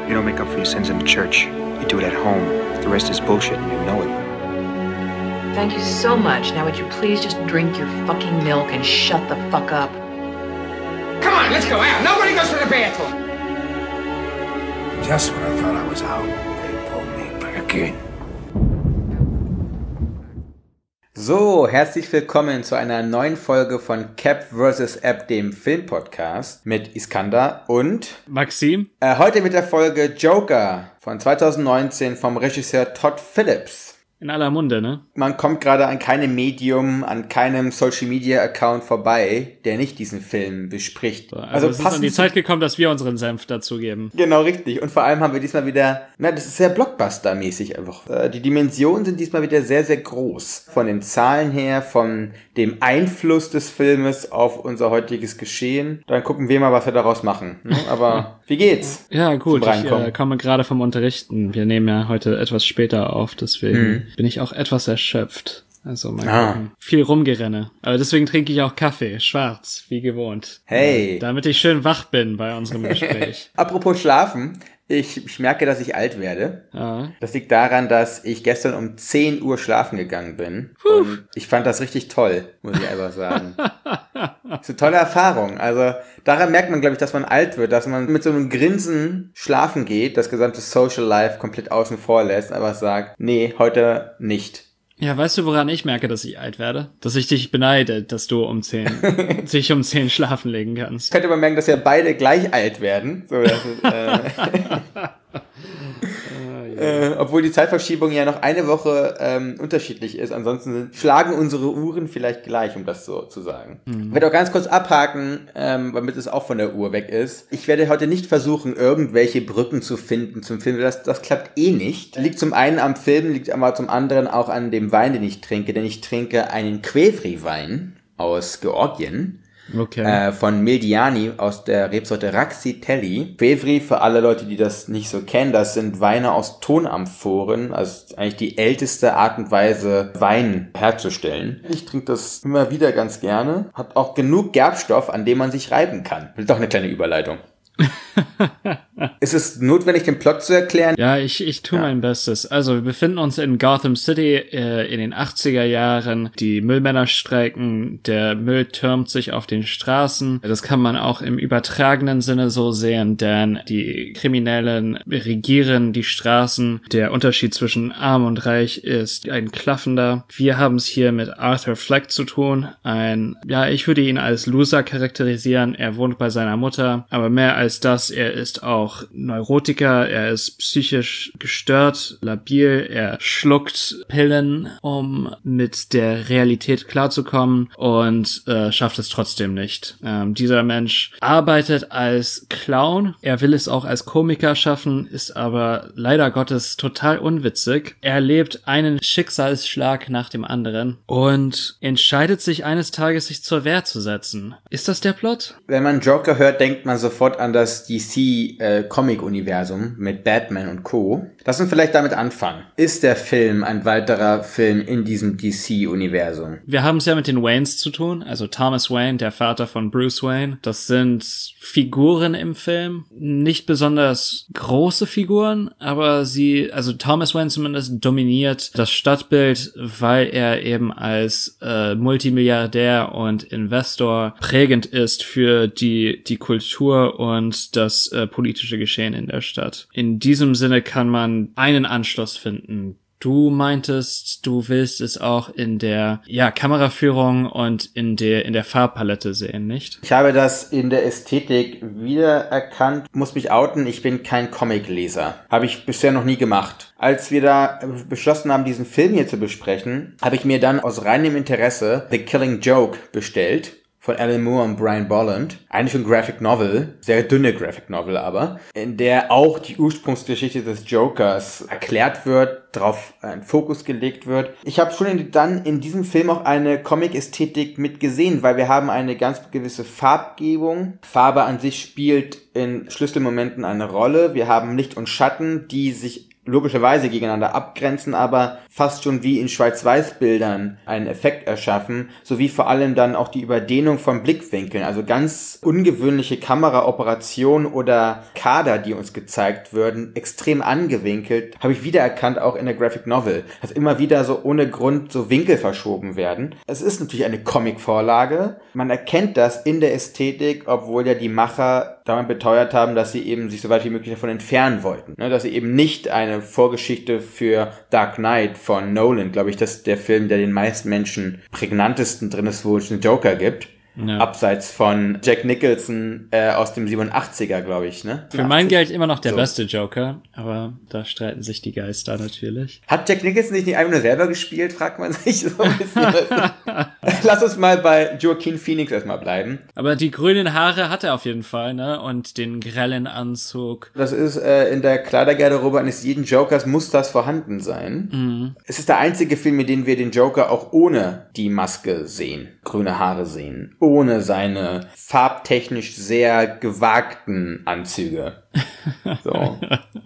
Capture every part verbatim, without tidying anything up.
You don't make up for your sins in the church. You do it at home. The rest is bullshit and you know it. Thank you so much. Now would you please just drink your fucking milk and shut the fuck up? Come on, let's go out. Nobody goes to the bathroom. Just when I thought I was out, they pulled me back in. So, herzlich willkommen zu einer neuen Folge von Cap versus. App, dem Filmpodcast mit Iskander und Maxim. Äh, heute mit der Folge Joker von zwanzig neunzehn vom Regisseur Todd Phillips. In aller Munde, ne? Man kommt gerade an keinem Medium, an keinem Social-Media-Account vorbei, der nicht diesen Film bespricht. So, also, also es ist an die Zeit gekommen, dass wir unseren Senf dazugeben. Genau, richtig. Und vor allem haben wir diesmal wieder, na, das ist sehr Blockbuster-mäßig einfach. Äh, die Dimensionen sind diesmal wieder sehr, sehr groß. Von den Zahlen her, von dem Einfluss des Filmes auf unser heutiges Geschehen. Dann gucken wir mal, was wir daraus machen. Ne? Aber wie geht's? Ja, gut. Ich äh, komme gerade vom Unterrichten. Wir nehmen ja heute etwas später auf, deswegen hm. bin ich auch etwas erschöpft. Also mal ah. gucken. Viel Rumgerenne. Aber deswegen trinke ich auch Kaffee, schwarz, wie gewohnt. Hey. Äh, damit ich schön wach bin bei unserem Gespräch. Apropos Schlafen. Ich, ich merke, dass ich alt werde. Ja. Das liegt daran, dass ich gestern um zehn Uhr schlafen gegangen bin. Puh. Und ich fand das richtig toll, muss ich einfach sagen. Das ist eine tolle Erfahrung. Also daran merkt man, glaube ich, dass man alt wird, dass man mit so einem Grinsen schlafen geht, das gesamte Social Life komplett außen vor lässt, einfach sagt, nee, heute nicht. Ja, weißt du, woran ich merke, dass ich alt werde? Dass ich dich beneide, dass du um zehn, sich um zehn schlafen legen kannst. Könnte man merken, dass wir beide gleich alt werden. So, dass es, äh Äh, obwohl die Zeitverschiebung ja noch eine Woche ähm, unterschiedlich ist. Ansonsten schlagen unsere Uhren vielleicht gleich, um das so zu sagen. Mhm. Ich werde auch ganz kurz abhaken, ähm, damit es auch von der Uhr weg ist. Ich werde heute nicht versuchen, irgendwelche Brücken zu finden zum Film. Das, das klappt eh nicht. Liegt zum einen am Film, liegt aber zum anderen auch an dem Wein, den ich trinke. Denn ich trinke einen Qvevri-Wein aus Georgien. Okay. Äh, von Mildiani aus der Rebsorte Raxitelli. Qvevri, für alle Leute, die das nicht so kennen, das sind Weine aus Tonamphoren, also eigentlich die älteste Art und Weise, Wein herzustellen. Ich trinke das immer wieder ganz gerne. Hat auch genug Gerbstoff, an dem man sich reiben kann. Doch eine kleine Überleitung. Ist es notwendig, den Plot zu erklären? Ja, ich, ich tue ja. mein Bestes. Also, wir befinden uns in Gotham City äh, in den achtziger Jahren. Die Müllmänner streiken, der Müll türmt sich auf den Straßen. Das kann man auch im übertragenen Sinne so sehen, denn die Kriminellen regieren die Straßen. Der Unterschied zwischen arm und reich ist ein klaffender. Wir haben es hier mit Arthur Fleck zu tun. Ein, ja, ich würde ihn als Loser charakterisieren. Er wohnt bei seiner Mutter, aber mehr als das, er ist auch Neurotiker, er ist psychisch gestört, labil, er schluckt Pillen, um mit der Realität klarzukommen und äh, schafft es trotzdem nicht. Ähm, dieser Mensch arbeitet als Clown, er will es auch als Komiker schaffen, ist aber leider Gottes total unwitzig. Er erlebt einen Schicksalsschlag nach dem anderen und entscheidet sich eines Tages, sich zur Wehr zu setzen. Ist das der Plot? Wenn man Joker hört, denkt man sofort an das D C-Comic-Universum äh, mit Batman und Co. Lass uns vielleicht damit anfangen. Ist der Film ein weiterer Film in diesem D C-Universum? Wir haben es ja mit den Waynes zu tun, also Thomas Wayne, der Vater von Bruce Wayne. Das sind Figuren im Film, nicht besonders große Figuren, aber sie, also Thomas Wayne zumindest dominiert das Stadtbild, weil er eben als äh, Multimilliardär und Investor prägend ist für die die Kultur und das äh, politische Geschehen in der Stadt. In diesem Sinne kann man einen Anschluss finden. Du meintest, du willst es auch in der ja Kameraführung und in der in der Farbpalette sehen, nicht? Ich habe das in der Ästhetik wiedererkannt. Muss mich outen, ich bin kein Comicleser. Habe ich bisher noch nie gemacht. Als wir da beschlossen haben, diesen Film hier zu besprechen, habe ich mir dann aus reinem Interesse The Killing Joke bestellt. Von Alan Moore und Brian Bolland. Eigentlich ein Graphic Novel, sehr dünne Graphic Novel aber, in der auch die Ursprungsgeschichte des Jokers erklärt wird, darauf ein Fokus gelegt wird. Ich habe schon in, dann in diesem Film auch eine Comic-Ästhetik mitgesehen, weil wir haben eine ganz gewisse Farbgebung. Farbe an sich spielt in Schlüsselmomenten eine Rolle. Wir haben Licht und Schatten, die sich logischerweise gegeneinander abgrenzen, aber fast schon wie in Schwarz-Weiß-Bildern einen Effekt erschaffen, sowie vor allem dann auch die Überdehnung von Blickwinkeln, also ganz ungewöhnliche Kameraoperationen oder Kader, die uns gezeigt würden, extrem angewinkelt, habe ich wiedererkannt auch in der Graphic Novel, dass immer wieder so ohne Grund so Winkel verschoben werden. Es ist natürlich eine Comic-Vorlage, man erkennt das in der Ästhetik, obwohl ja die Macher damit beteuert haben, dass sie eben sich so weit wie möglich davon entfernen wollten, ne? Dass sie eben nicht eine Vorgeschichte für Dark Knight von Nolan, glaube ich, das ist der Film, der den meisten Menschen prägnantesten drin ist, wo es einen Joker gibt. Ja. Abseits von Jack Nicholson äh, aus dem siebenundachtziger, glaube ich, ne? Für mein Geld immer noch der so. beste Joker, aber da streiten sich die Geister natürlich. Hat Jack Nicholson sich nicht einfach nur selber gespielt, fragt man sich so ein bisschen. Lass uns mal bei Joaquin Phoenix erstmal bleiben. Aber die grünen Haare hat er auf jeden Fall, ne? Und den grellen Anzug. Das ist äh, in der Kleidergarderobe eines jeden Jokers muss das vorhanden sein. Mhm. Es ist der einzige Film, in dem wir den Joker auch ohne die Maske sehen, grüne Haare sehen. Ohne seine farbtechnisch sehr gewagten Anzüge. So.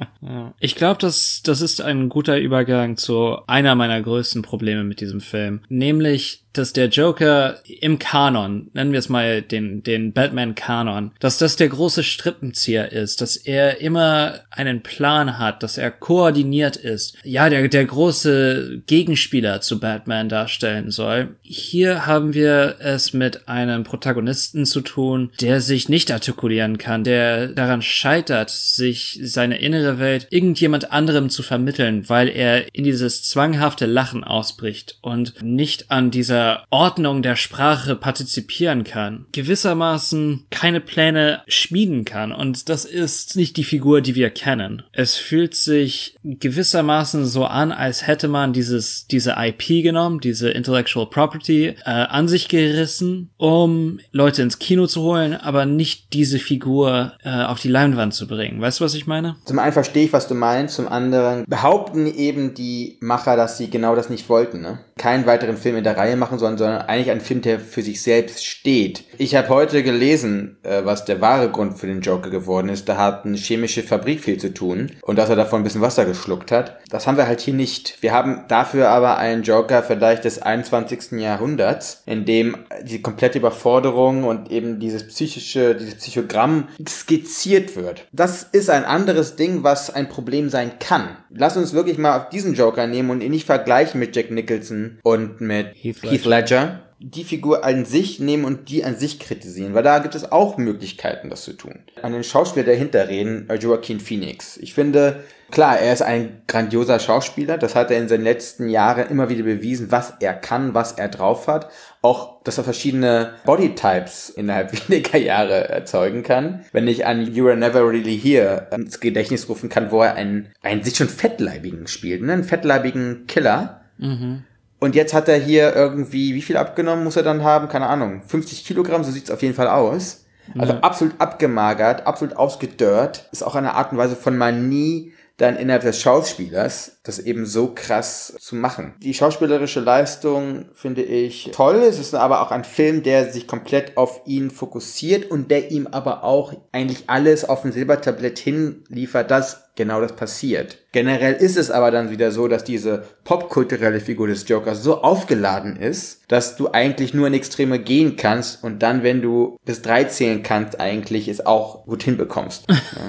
Ich glaube, das, das ist ein guter Übergang zu einer meiner größten Probleme mit diesem Film. Nämlich, dass der Joker im Kanon, nennen wir es mal den, den Batman-Kanon, dass das der große Strippenzieher ist, dass er immer einen Plan hat, dass er koordiniert ist. Ja, der, der große Gegenspieler zu Batman darstellen soll. Hier haben wir es mit einem Protagonisten zu tun, der sich nicht artikulieren kann, der daran scheitert, sich seine innere Welt irgendjemand anderem zu vermitteln, weil er in dieses zwanghafte Lachen ausbricht und nicht an dieser Ordnung der Sprache partizipieren kann, gewissermaßen keine Pläne schmieden kann, und das ist nicht die Figur, die wir kennen. Es fühlt sich gewissermaßen so an, als hätte man dieses diese I P genommen, diese Intellectual Property, äh, an sich gerissen, um Leute ins Kino zu holen, aber nicht diese Figur äh, auf die Leinwand zu bringen. Weißt du, was ich meine? Zum einen verstehe ich, was du meinst, zum anderen behaupten eben die Macher, dass sie genau das nicht wollten, ne? Keinen weiteren Film in der Reihe machen, sondern, sondern eigentlich einen Film, der für sich selbst steht. Ich habe heute gelesen, äh, was der wahre Grund für den Joker geworden ist. Da hat eine chemische Fabrik viel zu tun und dass er davon ein bisschen Wasser geschluckt hat. Das haben wir halt hier nicht. Wir haben dafür aber einen Joker vielleicht des einundzwanzigsten Jahrhunderts, in dem die komplette Überforderung und eben dieses psychische, dieses Psychogramm skizziert wird. Das ist ein anderes Ding, was ein Problem sein kann. Lass uns wirklich mal auf diesen Joker nehmen und ihn nicht vergleichen mit Jack Nicholson und mit Heath Ledger. Heath Ledger. Die Figur an sich nehmen und die an sich kritisieren, weil da gibt es auch Möglichkeiten, das zu tun. An den Schauspieler dahinter reden, Joaquin Phoenix. Ich finde, klar, er ist ein grandioser Schauspieler, das hat er in seinen letzten Jahren immer wieder bewiesen, was er kann, was er drauf hat. Auch, dass er verschiedene Bodytypes innerhalb weniger Jahre erzeugen kann. Wenn ich an You Were Never Really Here ins Gedächtnis rufen kann, wo er einen, einen sich schon fettleibigen spielt, ne? Einen fettleibigen Killer. Mhm. Und jetzt hat er hier irgendwie, wie viel abgenommen muss er dann haben? Keine Ahnung, fünfzig Kilogramm, so sieht's auf jeden Fall aus. Also ja. Absolut abgemagert, absolut ausgedörrt. Ist auch eine Art und Weise von Manie dann innerhalb des Schauspielers, das eben so krass zu machen. Die schauspielerische Leistung finde ich toll. Es ist aber auch ein Film, der sich komplett auf ihn fokussiert und der ihm aber auch eigentlich alles auf ein Silbertablett hinliefert, dass genau das passiert. Generell ist es aber dann wieder so, dass diese popkulturelle Figur des Jokers so aufgeladen ist, dass du eigentlich nur in Extreme gehen kannst und dann, wenn du bis drei zählen kannst, eigentlich es auch gut hinbekommst.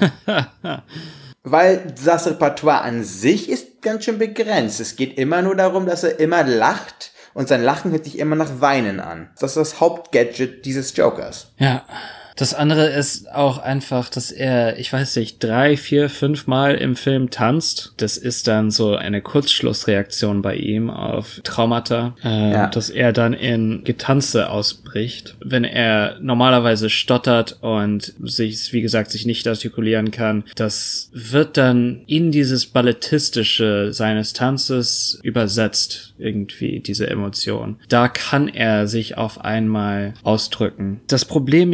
Ja. Weil das Repertoire an sich ist ganz schön begrenzt. Es geht immer nur darum, dass er immer lacht und sein Lachen hört sich immer nach Weinen an. Das ist das Hauptgadget dieses Jokers. Ja. Das andere ist auch einfach, dass er, ich weiß nicht, drei, vier, fünf Mal im Film tanzt. Das ist dann so eine Kurzschlussreaktion bei ihm auf Traumata, äh, ja. dass er dann in Getanze ausbricht. Wenn er normalerweise stottert und sich, wie gesagt, sich nicht artikulieren kann, das wird dann in dieses Ballettistische seines Tanzes übersetzt, irgendwie, diese Emotion. Da kann er sich auf einmal ausdrücken. Das Problem mit diesem Film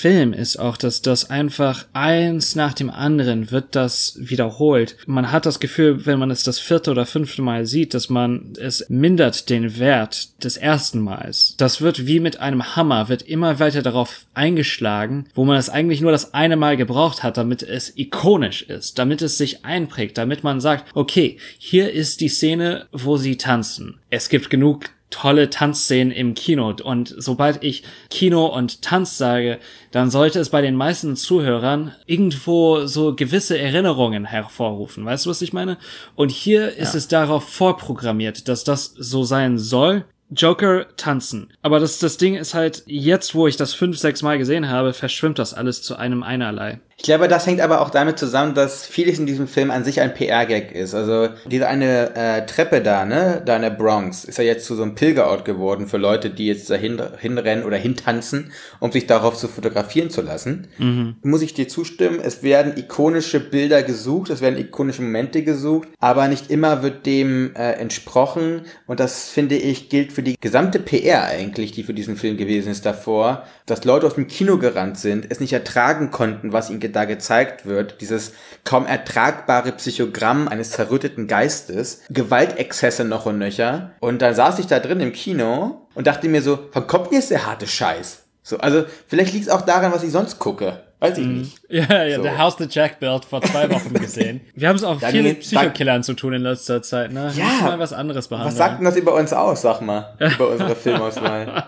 Film ist auch, dass das einfach eins nach dem anderen wird das wiederholt. Man hat das Gefühl, wenn man es das vierte oder fünfte Mal sieht, dass man es mindert den Wert des ersten Mals. Das wird wie mit einem Hammer, wird immer weiter darauf eingeschlagen, wo man es eigentlich nur das eine Mal gebraucht hat, damit es ikonisch ist, damit es sich einprägt, damit man sagt, okay, hier ist die Szene, wo sie tanzen. Es gibt genug tolle Tanzszenen im Kino und sobald ich Kino und Tanz sage, dann sollte es bei den meisten Zuhörern irgendwo so gewisse Erinnerungen hervorrufen. Weißt du, was ich meine? Und hier ist ja. es darauf vorprogrammiert, dass das so sein soll. Joker tanzen. Aber das, das Ding ist halt, jetzt, wo ich das fünf, sechs Mal gesehen habe, verschwimmt das alles zu einem Einerlei. Ich glaube, das hängt aber auch damit zusammen, dass vieles in diesem Film an sich ein P R-Gag ist. Also diese eine äh, Treppe da, ne, da in der Bronx, ist ja jetzt zu so einem Pilgerort geworden für Leute, die jetzt da hin, hinrennen oder hintanzen, um sich darauf zu fotografieren zu lassen. Mhm. Muss ich dir zustimmen, es werden ikonische Bilder gesucht, es werden ikonische Momente gesucht, aber nicht immer wird dem äh, entsprochen. Und das, finde ich, gilt für die gesamte P R eigentlich, die für diesen Film gewesen ist davor, dass Leute aus dem Kino gerannt sind, es nicht ertragen konnten, was ihnen da gezeigt wird, dieses kaum ertragbare Psychogramm eines zerrütteten Geistes, Gewaltexzesse noch und nöcher. Und dann saß ich da drin im Kino und dachte mir so, wann kommt denn jetzt der harte Scheiß? So, also vielleicht liegt es auch daran, was ich sonst gucke. Weiß ich nicht. Ja, ja, so. The House That Jack Built vor zwei Wochen gesehen. Wir haben es auch dann, viel mit Psychokillern zu tun in letzter Zeit, ne? Ja. Müssen mal was anderes behandeln. Was sagt denn das über uns aus, sag mal? Über unsere Filmauswahl.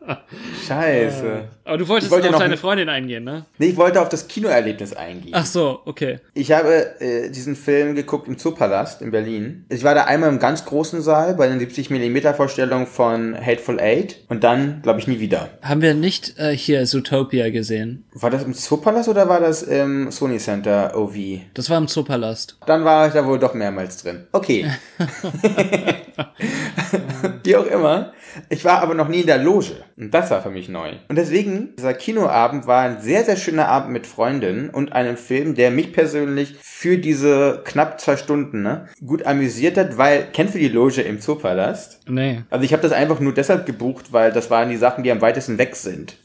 Scheiße. Aber du wolltest wollte auf noch deine nicht, Freundin eingehen, ne? Nee, ich wollte auf das Kinoerlebnis eingehen. Ach so, okay. Ich habe äh, diesen Film geguckt im Zoopalast in Berlin. Ich war da einmal im ganz großen Saal bei den siebzig Millimeter Vorstellungen von Hateful Eight und dann, glaube ich, nie wieder. Haben wir nicht äh, hier Zootopia gesehen? War das im Zoopalast oder war das im Sony Center O V? Das war im Zoopalast. Dann war ich da wohl doch mehrmals drin. Okay. Wie auch immer. Ich war aber noch nie in der Loge. Und das war für mich neu. Und deswegen, dieser Kinoabend war ein sehr, sehr schöner Abend mit Freundinnen und einem Film, der mich persönlich für diese knapp zwei Stunden ne, gut amüsiert hat, weil, kennst du die Loge im Zoopalast? Nee. Also ich habe das einfach nur deshalb gebucht, weil das waren die Sachen, die am weitesten weg sind.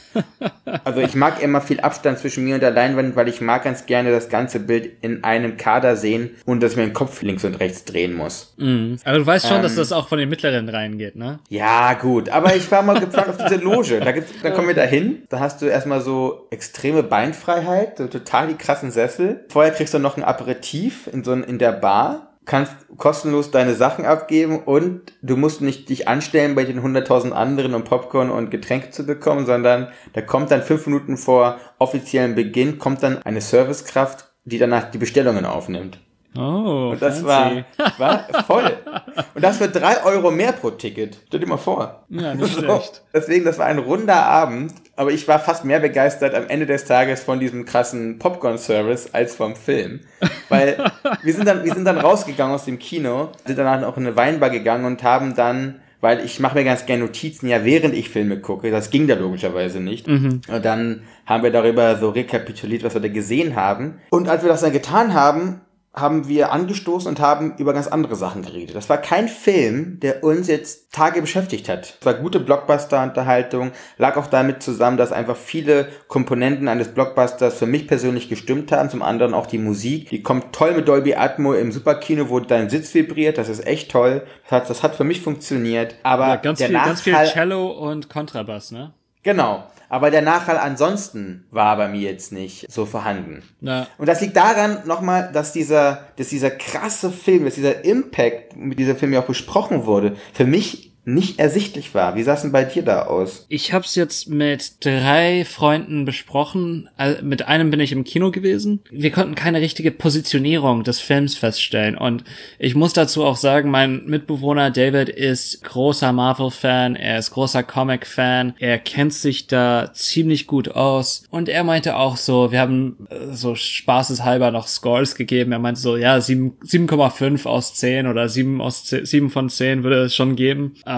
Also ich mag immer viel Abstand zwischen mir und der Leinwand, weil ich mag ganz gerne das ganze Bild in einem Kader sehen und dass ich mir den Kopf links und rechts drehen muss. Mhm. Aber du weißt schon, ähm, dass das auch von den mittleren reingeht, ne? Ja, gut. Aber ich war mal geplant auf diese Loge. Da gibt's, dann kommen wir da hin. Da hast du erstmal so extreme Beinfreiheit, so total die krassen Sessel. Vorher kriegst du noch ein Aperitif in so in der Bar. Kannst kostenlos deine Sachen abgeben und du musst nicht dich anstellen bei den hunderttausend anderen, um Popcorn und Getränke zu bekommen, sondern da kommt dann fünf Minuten vor offiziellem Beginn, kommt dann eine Servicekraft, die danach die Bestellungen aufnimmt. Oh, und das fancy. war, war voll. Und das für drei Euro mehr pro Ticket. Stell dir mal vor. Ja, nicht so, schlecht. deswegen, das war ein runder Abend, aber ich war fast mehr begeistert am Ende des Tages von diesem krassen Popcorn-Service als vom Film. Weil wir sind dann, wir sind dann rausgegangen aus dem Kino, sind danach auch in eine Weinbar gegangen und haben dann, weil ich mache mir ganz gerne Notizen, ja, während ich Filme gucke, das ging da logischerweise nicht. Mhm. Und dann haben wir darüber so rekapituliert, was wir da gesehen haben. Und als wir das dann getan haben, haben wir angestoßen und haben über ganz andere Sachen geredet. Das war kein Film, der uns jetzt Tage beschäftigt hat. Es war gute Blockbuster-Unterhaltung, lag auch damit zusammen, dass einfach viele Komponenten eines Blockbusters für mich persönlich gestimmt haben. Zum anderen auch die Musik. Die kommt toll mit Dolby Atmo im Superkino, wo dein Sitz vibriert. Das ist echt toll. Das hat, das hat für mich funktioniert. Aber ja, ganz, der viel, Nachhall, ganz viel Cello und Kontrabass, ne? Genau. Aber der Nachhall ansonsten war bei mir jetzt nicht so vorhanden. Ja. Und das liegt daran nochmal, dass dieser, dass dieser krasse Film, dass dieser Impact, mit diesem Film ja auch besprochen wurde, für mich nicht ersichtlich war. Wie sah es denn bei dir da aus? Ich hab's jetzt mit drei Freunden besprochen. Mit einem bin ich im Kino gewesen. Wir konnten keine richtige Positionierung des Films feststellen. Und ich muss dazu auch sagen, mein Mitbewohner David ist großer Marvel-Fan. Er ist großer Comic-Fan. Er kennt sich da ziemlich gut aus. Und er meinte auch so, wir haben so spaßeshalber noch Scores gegeben. Er meinte so, ja, sieben Komma fünf aus zehn oder sieben aus zehn, sieben von zehn würde es schon geben.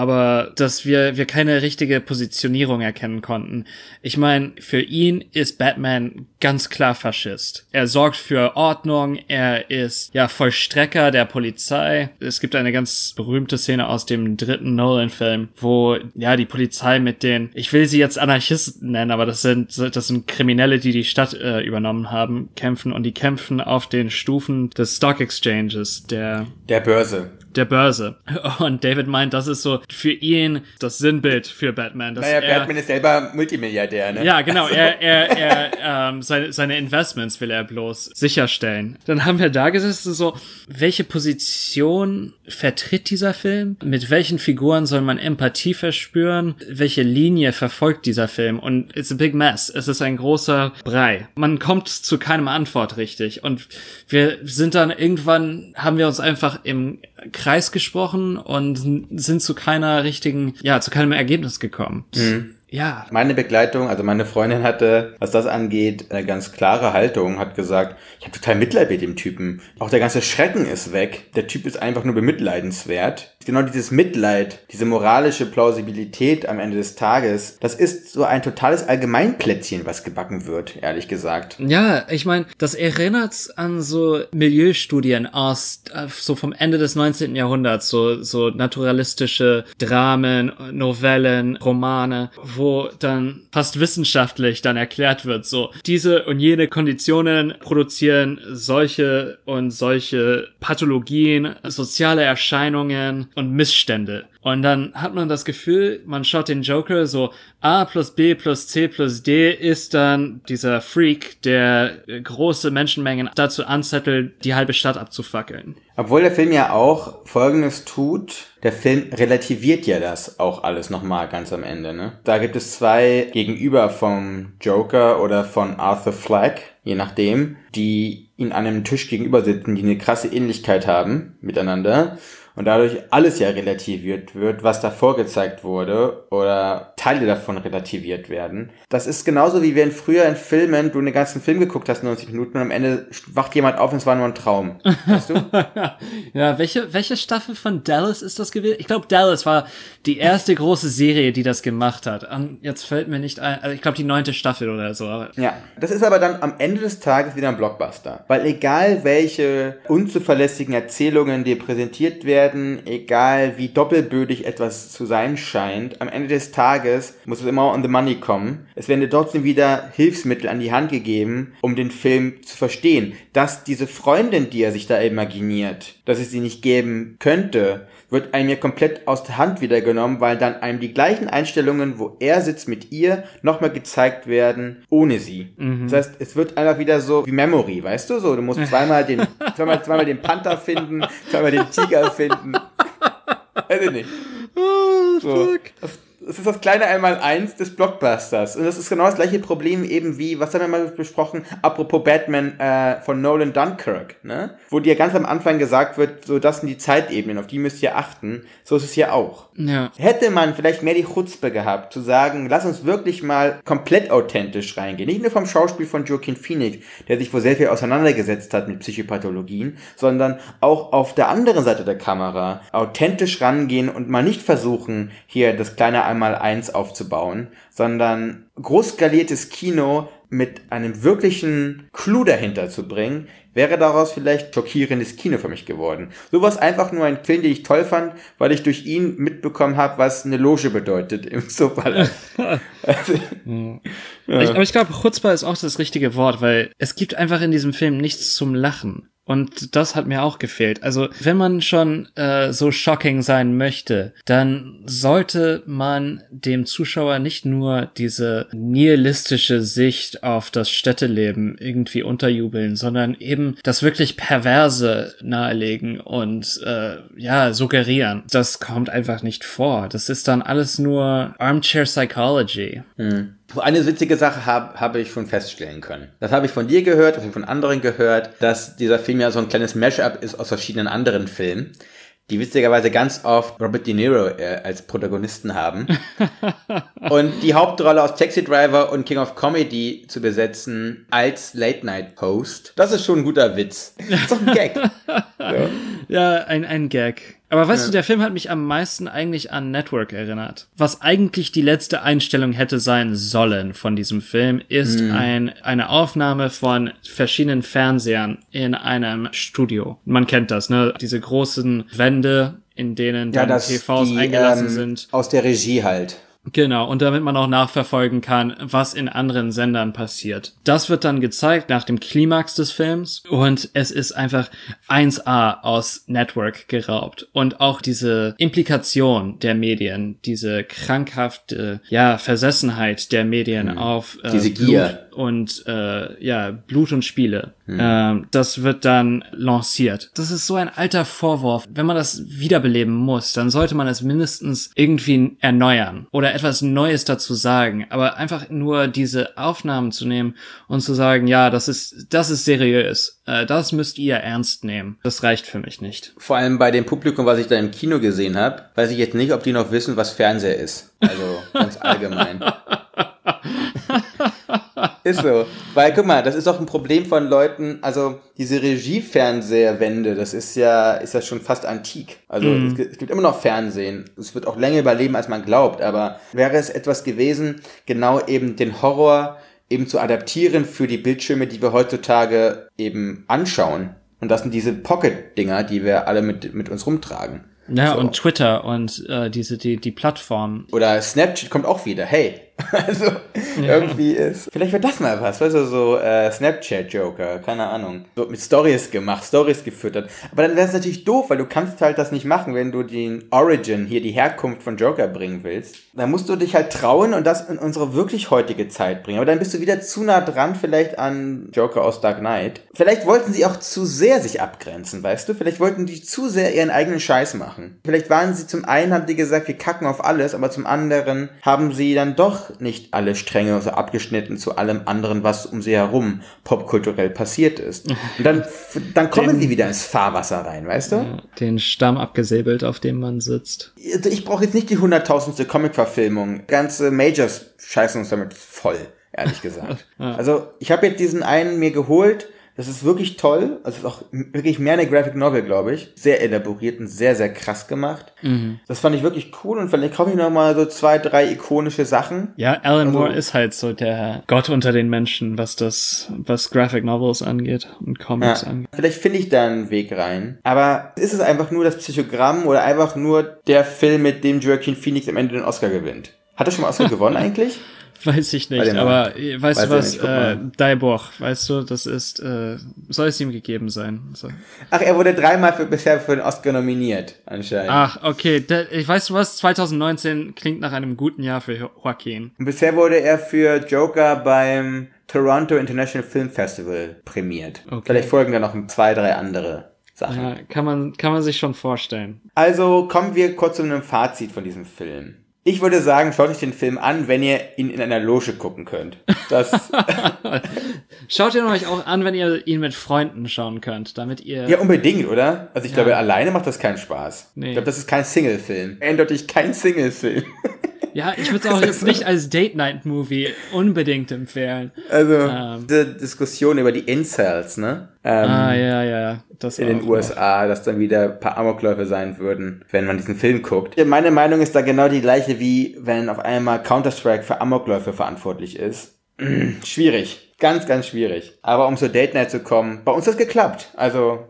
aber dass wir wir keine richtige Positionierung erkennen konnten. Ich meine, für ihn ist Batman ganz klar Faschist. Er sorgt für Ordnung, er ist ja Vollstrecker der Polizei. Es gibt eine ganz berühmte Szene aus dem dritten Nolan-Film, wo ja die Polizei mit den, ich will sie jetzt Anarchisten nennen, aber das sind das sind Kriminelle, die die Stadt äh, übernommen haben, kämpfen und die kämpfen auf den Stufen des Stock Exchanges, der Der Börse. der Börse. Und David meint, das ist so für ihn das Sinnbild für Batman. Dass Naja, er, Batman ist selber Multimilliardär, ne? Ja, genau. Also. Er, er, er, ähm, seine, seine Investments will er bloß sicherstellen. Dann haben wir da gesessen, so, welche Position vertritt dieser Film? Mit welchen Figuren soll man Empathie verspüren? Welche Linie verfolgt dieser Film? Und it's a big mess. Es ist ein großer Brei. Man kommt zu keinem Antwort richtig. Und wir sind dann irgendwann, haben wir uns einfach im Kreis gesprochen und sind zu keiner richtigen, ja, zu keinem Ergebnis gekommen. Mhm. Ja. Meine Begleitung, also meine Freundin hatte, was das angeht, eine ganz klare Haltung, hat gesagt, ich habe total Mitleid mit dem Typen. Auch der ganze Schrecken ist weg. Der Typ ist einfach nur bemitleidenswert. Genau dieses Mitleid, diese moralische Plausibilität am Ende des Tages, das ist so ein totales Allgemeinplätzchen, was gebacken wird, ehrlich gesagt. Ja, ich meine, das erinnert an so Milieustudien aus, so vom Ende des neunzehnten Jahrhunderts, so, so naturalistische Dramen, Novellen, Romane, wo dann fast wissenschaftlich dann erklärt wird, so, diese und jene Konditionen produzieren solche und solche Pathologien, soziale Erscheinungen und Missstände. Und dann hat man das Gefühl, man schaut den Joker so, A plus B plus C plus D ist dann dieser Freak, der große Menschenmengen dazu anzettelt, die halbe Stadt abzufackeln. Obwohl der Film ja auch Folgendes tut, der Film relativiert ja das auch alles nochmal ganz am Ende, ne? Da gibt es zwei Gegenüber vom Joker oder von Arthur Fleck, je nachdem, die ihn an einem Tisch gegenüber sitzen, die eine krasse Ähnlichkeit haben miteinander. Und dadurch alles ja relativiert wird, was da vorgezeigt wurde oder Teile davon relativiert werden. Das ist genauso wie wenn früher in Filmen du einen ganzen Film geguckt hast, neunzig Minuten, und am Ende wacht jemand auf und es war nur ein Traum. Weißt du? Ja, welche welche Staffel von Dallas ist das gewesen? Ich glaube, Dallas war die erste große Serie, die das gemacht hat. Und jetzt fällt mir nicht ein, also ich glaube die neunte Staffel oder so. Ja, das ist aber dann am Ende des Tages wieder ein Blockbuster. Weil egal welche unzuverlässigen Erzählungen dir präsentiert werden, egal wie doppelbödig etwas zu sein scheint, am Ende des Tages muss es immer on the money kommen. Es werden dir trotzdem wieder Hilfsmittel an die Hand gegeben, um den Film zu verstehen. Dass diese Freundin, die er sich da imaginiert, dass es sie nicht geben könnte, wird einem ja komplett aus der Hand wieder genommen, weil dann einem die gleichen Einstellungen, wo er sitzt mit ihr, nochmal gezeigt werden, ohne sie. Mhm. Das heißt, es wird einfach wieder so wie Memory, weißt du? So, du musst zweimal den, zweimal, zweimal den Panther finden, zweimal den Tiger finden. Weiß ich nicht. Oh, so. fuck. Das, das ist das kleine Einmaleins des Blockbusters. Und das ist genau das gleiche Problem eben wie, was haben wir mal besprochen, apropos Batman äh, von Nolan Dunkirk, ne? Wo dir ganz am Anfang gesagt wird, so das sind die Zeitebenen, auf die müsst ihr achten. So ist es hier auch. Ja. Hätte man vielleicht mehr die Chutzpe gehabt, zu sagen, lass uns wirklich mal komplett authentisch reingehen. Nicht nur vom Schauspiel von Joaquin Phoenix, der sich wohl sehr viel auseinandergesetzt hat mit Psychopathologien, sondern auch auf der anderen Seite der Kamera authentisch rangehen und mal nicht versuchen, hier das kleine einmal eins aufzubauen, sondern groß skaliertes Kino mit einem wirklichen Clou dahinter zu bringen, wäre daraus vielleicht schockierendes Kino für mich geworden. Sowas einfach nur ein Film, den ich toll fand, weil ich durch ihn mitbekommen habe, was eine Loge bedeutet im Sofa. Also, ja. ich, aber ich glaube, Chutzpah ist auch das richtige Wort, weil es gibt einfach in diesem Film nichts zum Lachen. Und das hat mir auch gefehlt. Also, wenn man schon äh, so shocking sein möchte, dann sollte man dem Zuschauer nicht nur diese nihilistische Sicht auf das Städteleben irgendwie unterjubeln, sondern eben das wirklich Perverse nahelegen und äh, ja, suggerieren. Das kommt einfach nicht vor. Das ist dann alles nur Armchair Psychology. Hm. Eine witzige Sache habe hab ich schon feststellen können. Das habe ich von dir gehört, das habe ich von anderen gehört, dass dieser Film ja so ein kleines Mashup ist aus verschiedenen anderen Filmen, die witzigerweise ganz oft Robert De Niro äh, als Protagonisten haben. Und die Hauptrolle aus Taxi Driver und King of Comedy zu besetzen als Late-Night-Host, das ist schon ein guter Witz. Das ist doch ein Gag. So. Ja, ein, ein Gag. Aber weißt Ja. du, der Film hat mich am meisten eigentlich an Network erinnert. Was eigentlich die letzte Einstellung hätte sein sollen von diesem Film, ist Mhm. ein, eine Aufnahme von verschiedenen Fernsehern in einem Studio. Man kennt das, ne? Diese großen Wände, in denen dann T Vs die, eingelassen ähm, sind. Aus der Regie halt. Genau, und damit man auch nachverfolgen kann, was in anderen Sendern passiert. Das wird dann gezeigt nach dem Klimax des Films und es ist einfach eins A aus Network geraubt. Und auch diese Implikation der Medien, diese krankhafte, ja, Versessenheit der Medien Mhm. auf äh, Diese Blut Gier. und äh, ja, Blut und Spiele. Mhm. Ähm, das wird dann lanciert. Das ist so ein alter Vorwurf. Wenn man das wiederbeleben muss, dann sollte man es mindestens irgendwie erneuern oder etwas Neues dazu sagen. Aber einfach nur diese Aufnahmen zu nehmen und zu sagen, ja, das ist, das ist seriös. Äh, das müsst ihr ernst nehmen. Das reicht für mich nicht. Vor allem bei dem Publikum, was ich da im Kino gesehen habe, weiß ich jetzt nicht, ob die noch wissen, was Fernseher ist. Also ganz allgemein. Ist so. Weil, guck mal, das ist doch ein Problem von Leuten, also diese Regie-Fernsehwende, das ist ja, ist ja schon fast antik. Also Mhm. es, gibt, es gibt immer noch Fernsehen. Es wird auch länger überleben, als man glaubt. Aber wäre es etwas gewesen, genau eben den Horror eben zu adaptieren für die Bildschirme, die wir heutzutage eben anschauen. Und das sind diese Pocket-Dinger, die wir alle mit, mit uns rumtragen. Ja, So. und Twitter und äh, diese, die, die Plattform. Oder Snapchat kommt auch wieder. Hey, also Ja. irgendwie ist... Vielleicht wird das mal was, weißt du, so äh, Snapchat-Joker, keine Ahnung. So mit Stories gemacht, Stories gefüttert. Aber dann wäre es natürlich doof, weil du kannst halt das nicht machen, wenn du den Origin, hier die Herkunft von Joker bringen willst. Dann musst du dich halt trauen und das in unsere wirklich heutige Zeit bringen. Aber dann bist du wieder zu nah dran vielleicht an Joker aus Dark Knight. Vielleicht wollten sie auch zu sehr sich abgrenzen, weißt du? Vielleicht wollten die zu sehr ihren eigenen Scheiß machen. Vielleicht waren sie zum einen, haben die gesagt, wir kacken auf alles, aber zum anderen haben sie dann doch nicht alle Stränge so abgeschnitten zu allem anderen, was um sie herum popkulturell passiert ist. Und dann, dann kommen Den- sie wieder ins Fahrwasser rein, weißt du? Ja, den Stamm abgesäbelt, auf dem man sitzt. Also ich brauche jetzt nicht die hunderttausendste Comic-Verfilmung. Ganze Majors scheißen uns damit voll, ehrlich gesagt. Ja. Also ich habe jetzt diesen einen mir geholt. Das ist wirklich toll. Also es ist auch wirklich mehr eine Graphic Novel, glaube ich. Sehr elaboriert und sehr, sehr krass gemacht. Mhm. Das fand ich wirklich cool. Und vielleicht kaufe ich noch mal so zwei, drei ikonische Sachen. Ja, Alan Also- Moore ist halt so der Gott unter den Menschen, was das, was Graphic Novels angeht und Comics Ja. angeht. Vielleicht finde ich da einen Weg rein. Aber ist es einfach nur das Psychogramm oder einfach nur der Film, mit dem Joaquin Phoenix am Ende den Oscar gewinnt? Hat er schon mal Oscar gewonnen eigentlich? Weiß ich nicht, Warte mal. aber äh, weißt Weiß du ich was, nicht, guck äh, mal. Daiboch, weißt du, das ist, äh, soll es ihm gegeben sein. So. Ach, er wurde dreimal für, bisher für den Oscar nominiert, anscheinend. Ach, okay, da, ich weiß du was, zwanzig neunzehn klingt nach einem guten Jahr für Jo- Joaquin. Und bisher wurde er für Joker beim Toronto International Film Festival prämiert. Okay. Vielleicht folgen da noch zwei, drei andere Sachen. Ja, kann man, kann man sich schon vorstellen. Also kommen wir kurz zu einem Fazit von diesem Film. Ich würde sagen, schaut euch den Film an, wenn ihr ihn in einer Loge gucken könnt. Das, Schaut ihn euch auch an, wenn ihr ihn mit Freunden schauen könnt, damit ihr... ja, unbedingt, oder? Also ich Ja. glaube, alleine macht das keinen Spaß. Nee. Ich glaube, das ist kein Single-Film. Eindeutig kein Single-Film. Ja, ich würde es auch jetzt nicht als Date-Night-Movie unbedingt empfehlen. Also, Ähm. diese Diskussion über die Incels, ne? Ähm, Ah, ja, ja. Das in den auch U S A, dass dann wieder ein paar Amokläufe sein würden, wenn man diesen Film guckt. Ja, meine Meinung ist da genau die gleiche, wie wenn auf einmal Counter-Strike für Amokläufe verantwortlich ist. Schwierig. Ganz, ganz schwierig. Aber um zur Date Night zu kommen, bei uns hat es geklappt. Also,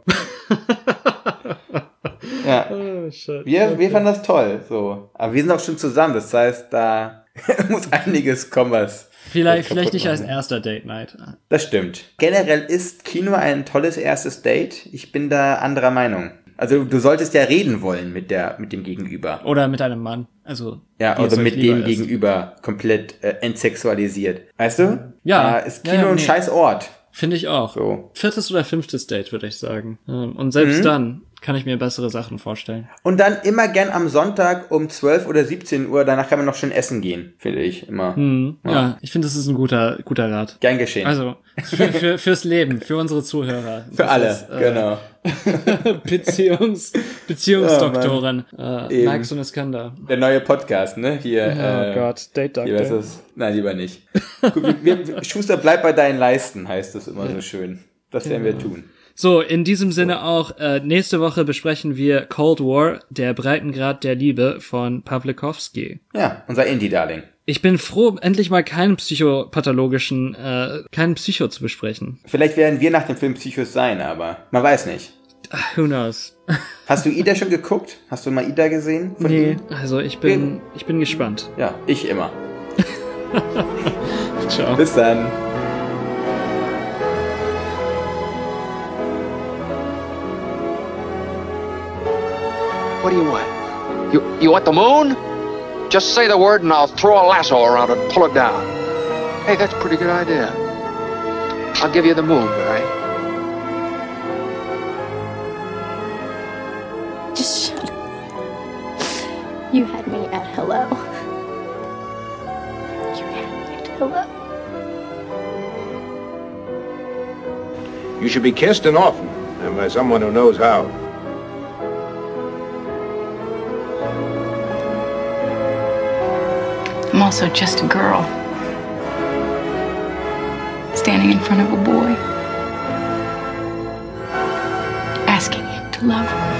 ja. Oh, shit. Wir, wir fanden das toll, so. Aber wir sind auch schon zusammen, das heißt, da muss einiges kommen, was Vielleicht, das vielleicht kaputt nicht als machen. erster Date-Night. Das stimmt. Generell ist Kino ein tolles erstes Date. Ich bin da anderer Meinung. Also du solltest ja reden wollen mit der mit dem Gegenüber. Oder mit einem Mann. Also, Ja, wie es oder euch mit lieber dem ist. Gegenüber komplett äh, entsexualisiert. Weißt du? Ja. Da ist Ja, Kino ja, ein nee. scheiß Ort. Finde ich auch. So. Viertes oder fünftes Date, würde ich sagen. Ähm, Und selbst Mhm. dann kann ich mir bessere Sachen vorstellen. Und dann immer gern am Sonntag um zwölf oder siebzehn Uhr, danach kann man noch schön essen gehen, finde ich immer. Hm, ja. Ja. ich finde, das ist ein guter, guter Rat. Gern geschehen. Also, für, für, fürs Leben, für unsere Zuhörer. Für Das alle, ist, äh, genau. Beziehungs, Beziehungsdoktorin. äh, Eben. Max und Iskander. Der neue Podcast, ne? Hier, Oh äh, Gott, Date Wie heißt Doctor. das? Nein, lieber nicht. Gut, wir, wir, Schuster, bleib bei deinen Leisten, heißt das immer so schön. Das werden wir tun. So, in diesem Sinne auch, äh, nächste Woche besprechen wir Cold War, der Breitengrad der Liebe von Pawlikowski. Ja, unser Indie-Darling. Ich bin froh, endlich mal keinen psychopathologischen, äh, keinen Psycho zu besprechen. Vielleicht werden wir nach dem Film Psychos sein, aber man weiß nicht. Ach, who knows? Hast du Ida schon geguckt? Hast du mal Ida gesehen? Von Nee, ihm? also ich bin, ich bin gespannt. Ja, ich immer. Ciao. Bis dann. What do you want? You you want the moon? Just say the word and I'll throw a lasso around it and pull it down. Hey, that's a pretty good idea. I'll give you the moon, Barry. Just shut up. You had me at hello. You had me at hello. You should be kissed and often, and by someone who knows how. I'm also just a girl, standing in front of a boy, asking him to love her.